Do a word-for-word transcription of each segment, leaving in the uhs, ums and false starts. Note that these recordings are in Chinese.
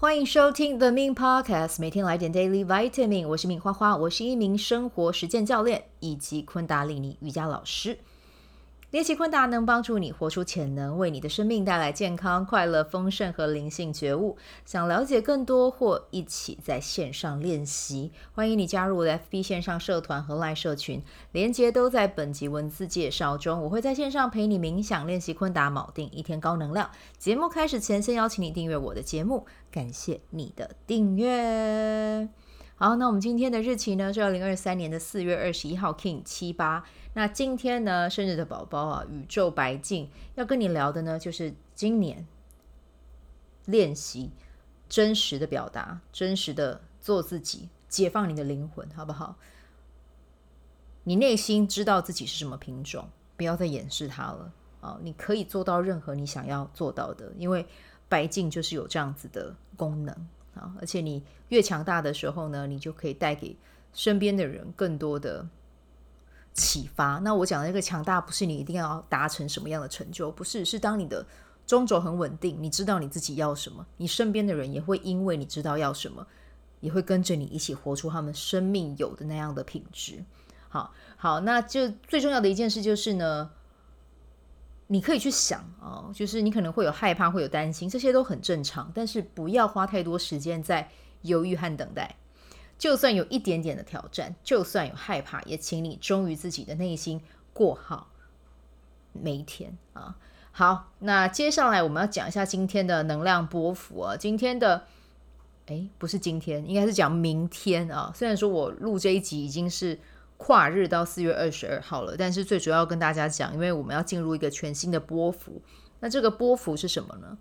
欢迎收听 The Min Podcast， 每天来点 Daily Vitamin。我是敏花花，我是一名生活实践教练以及昆达里尼瑜伽老师。练习昆达能帮助你活出潜能，为你的生命带来健康、快乐、丰盛和灵性觉悟。想了解更多或一起在线上练习，欢迎你加入我的 F B 线上社团和 LINE 社群，连结都在本集文字介绍中。我会在线上陪你冥想练习昆达铆定一天高能量。节目开始前，先邀请你订阅我的节目，感谢你的订阅。好，那我们今天的日期呢是二零二三年的四月二十一号 King 七八。那今天呢生日的宝宝啊，宇宙白净要跟你聊的呢就是今年练习真实的表达，真实的做自己，解放你的灵魂，好不好？你内心知道自己是什么品种，不要再掩饰它了啊！你可以做到任何你想要做到的，因为白净就是有这样子的功能。而且你越强大的时候呢，你就可以带给身边的人更多的启发。那我讲的那个强大不是你一定要达成什么样的成就，不是，是当你的中轴很稳定，你知道你自己要什么，你身边的人也会因为你知道要什么，也会跟着你一起活出他们生命有的那样的品质。好好，那就最重要的一件事就是呢，你可以去想哦，就是你可能会有害怕，会有担心，这些都很正常，但是不要花太多时间在犹豫和等待。就算有一点点的挑战，就算有害怕，也请你忠于自己的内心，过好每一天啊。好，那接下来我们要讲一下今天的能量波幅啊。今天的哎，不是今天，应该是讲明天啊。虽然说我录这一集已经是跨日到四月二十二号了，但是最主要跟大家讲，因为我们要进入一个全新的波幅。那这个波幅是什么呢？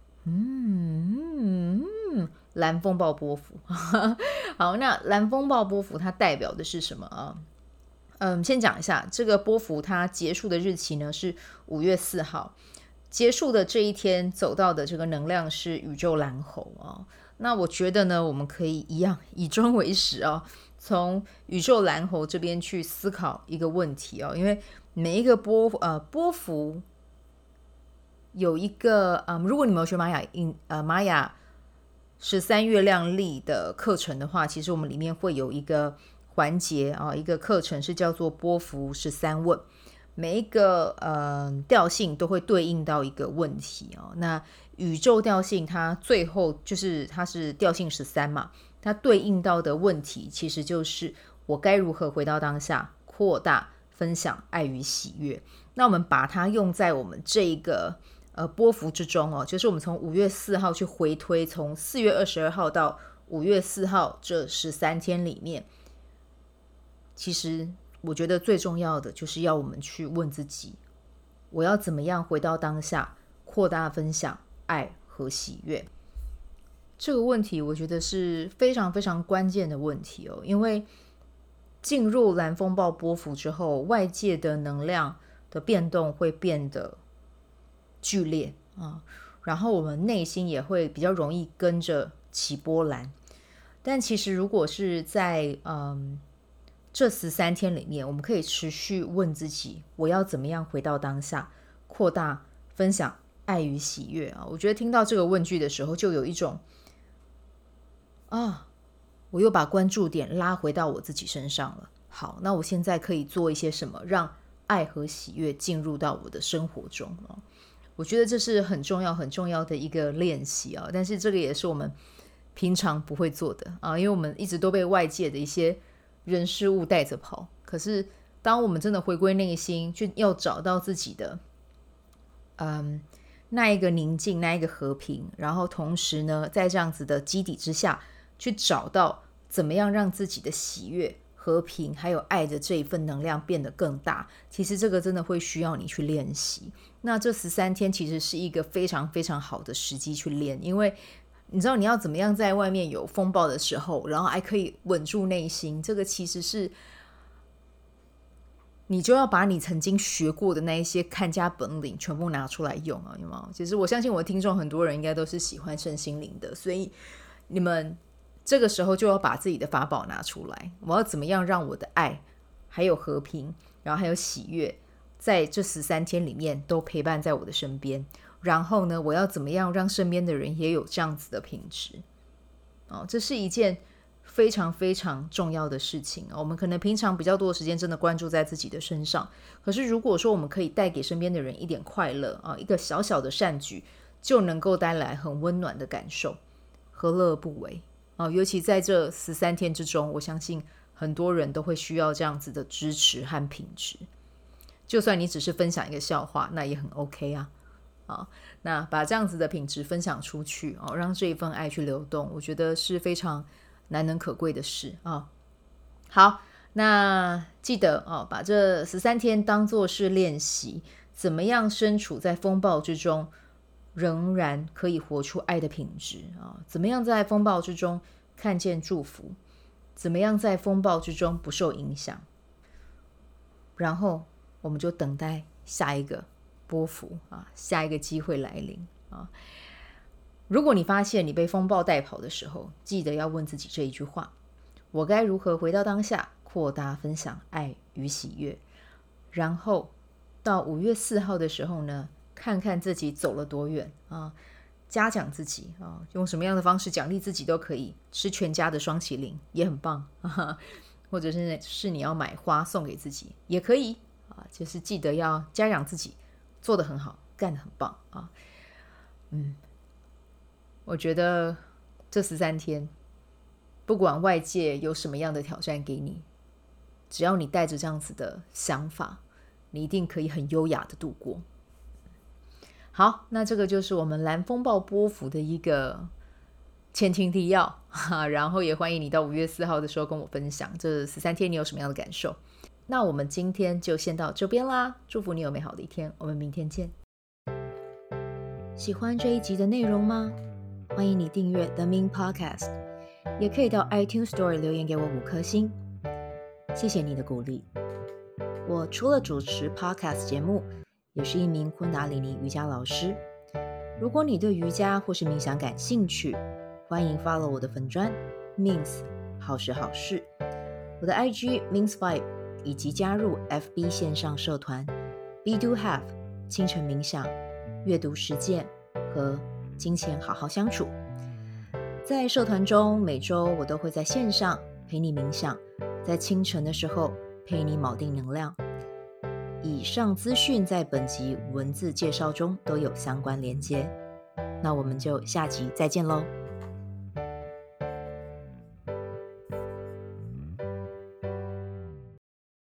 嗯嗯，蓝风暴波幅。好，那蓝风暴波幅它代表的是什么啊？嗯，先讲一下这个波幅它结束的日期呢是五月四号，结束的这一天走到的这个能量是宇宙蓝猴啊。那我觉得呢，我们可以一样以终为始啊。从宇宙蓝猴这边去思考一个问题哦，因为每一个波呃波幅有一个嗯，如果你没有学玛雅呃玛雅十三月亮历的课程的话，其实我们里面会有一个环节啊，一个课程是叫做波幅十三问，每一个呃调性都会对应到一个问题哦。那宇宙调性它最后就是它是调性十三嘛。它对应到的问题其实就是我该如何回到当下，扩大分享爱与喜悦。那我们把它用在我们这一个呃波幅之中哦，就是我们从五月四号去回推，从四月二十二号到五月四号这十三天里面，其实我觉得最重要的就是要我们去问自己，我要怎么样回到当下，扩大分享爱和喜悦。这个问题我觉得是非常非常关键的问题哦，因为进入蓝风暴波幅之后，外界的能量的变动会变得剧烈啊，然后我们内心也会比较容易跟着起波澜。但其实如果是在嗯这十三天里面，我们可以持续问自己，我要怎么样回到当下，扩大分享爱与喜悦啊？我觉得听到这个问句的时候，就有一种啊，我又把关注点拉回到我自己身上了。好，那我现在可以做一些什么，让爱和喜悦进入到我的生活中？我觉得这是很重要很重要的一个练习啊。但是这个也是我们平常不会做的啊，因为我们一直都被外界的一些人事物带着跑。可是当我们真的回归内心，就要找到自己的嗯那一个宁静，那一个和平，然后同时呢，在这样子的基底之下，去找到怎么样让自己的喜悦、和平还有爱的这一份能量变得更大。其实这个真的会需要你去练习。那这十三天其实是一个非常非常好的时机去练，因为你知道你要怎么样在外面有风暴的时候，然后还可以稳住内心，这个其实是你就要把你曾经学过的那一些看家本领全部拿出来用啊，有没有？其实我相信我的听众很多人应该都是喜欢身心灵的，所以你们这个时候就要把自己的法宝拿出来。我要怎么样让我的爱还有和平，然后还有喜悦，在这十三天里面都陪伴在我的身边？然后呢，我要怎么样让身边的人也有这样子的品质？ 哦，这是一件非常非常重要的事情。我们可能平常比较多的时间真的关注在自己的身上，可是如果说我们可以带给身边的人一点快乐啊，一个小小的善举就能够带来很温暖的感受，何乐而不为啊？尤其在这十三天之中，我相信很多人都会需要这样子的支持和品质。就算你只是分享一个笑话，那也很 OK 啊。啊，那把这样子的品质分享出去，哦，让这一份爱去流动，我觉得是非常难能可贵的事啊。好，那记得哦，把这十三天当作是练习，怎么样身处在风暴之中，仍然可以活出爱的品质啊？怎么样在风暴之中看见祝福？怎么样在风暴之中不受影响？然后我们就等待下一个波幅啊，下一个机会来临啊！如果你发现你被风暴带跑的时候，记得要问自己这一句话：我该如何回到当下，扩大分享爱与喜悦？然后到五月四号的时候呢，看看自己走了多远啊，嘉奖自己啊，用什么样的方式奖励自己都可以，吃全家的双麒麟也很棒啊，或者是是你要买花送给自己也可以啊，就是记得要嘉奖自己。做得很好，干得很棒啊！嗯，我觉得这十三天，不管外界有什么样的挑战给你，只要你带着这样子的想法，你一定可以很优雅的度过。好，那这个就是我们蓝风暴波幅的一个前情提要，然后也欢迎你到五月四号的时候跟我分享这十三天你有什么样的感受。那我们今天就先到这边啦，祝福你有美好的一天，我们明天见。喜欢这一集的内容吗？欢迎你订阅 The Min Podcast， 也可以到 iTunes Store 留言给我五颗星，谢谢你的鼓励。我除了主持 Podcast 节目，也是一名昆达里尼瑜伽老师。如果你对瑜伽或是冥想感兴趣，欢迎 follow 我的粉专 Mins 好时好事，我的 I G Mins Vibe，以及加入 F B 线上社团 Be Do Have 清晨冥想、阅读实践和金钱好好相处。在社团中，每周我都会在线上陪你冥想，在清晨的时候陪你铆定能量。以上资讯在本集文字介绍中都有相关连接。那我们就下集再见喽。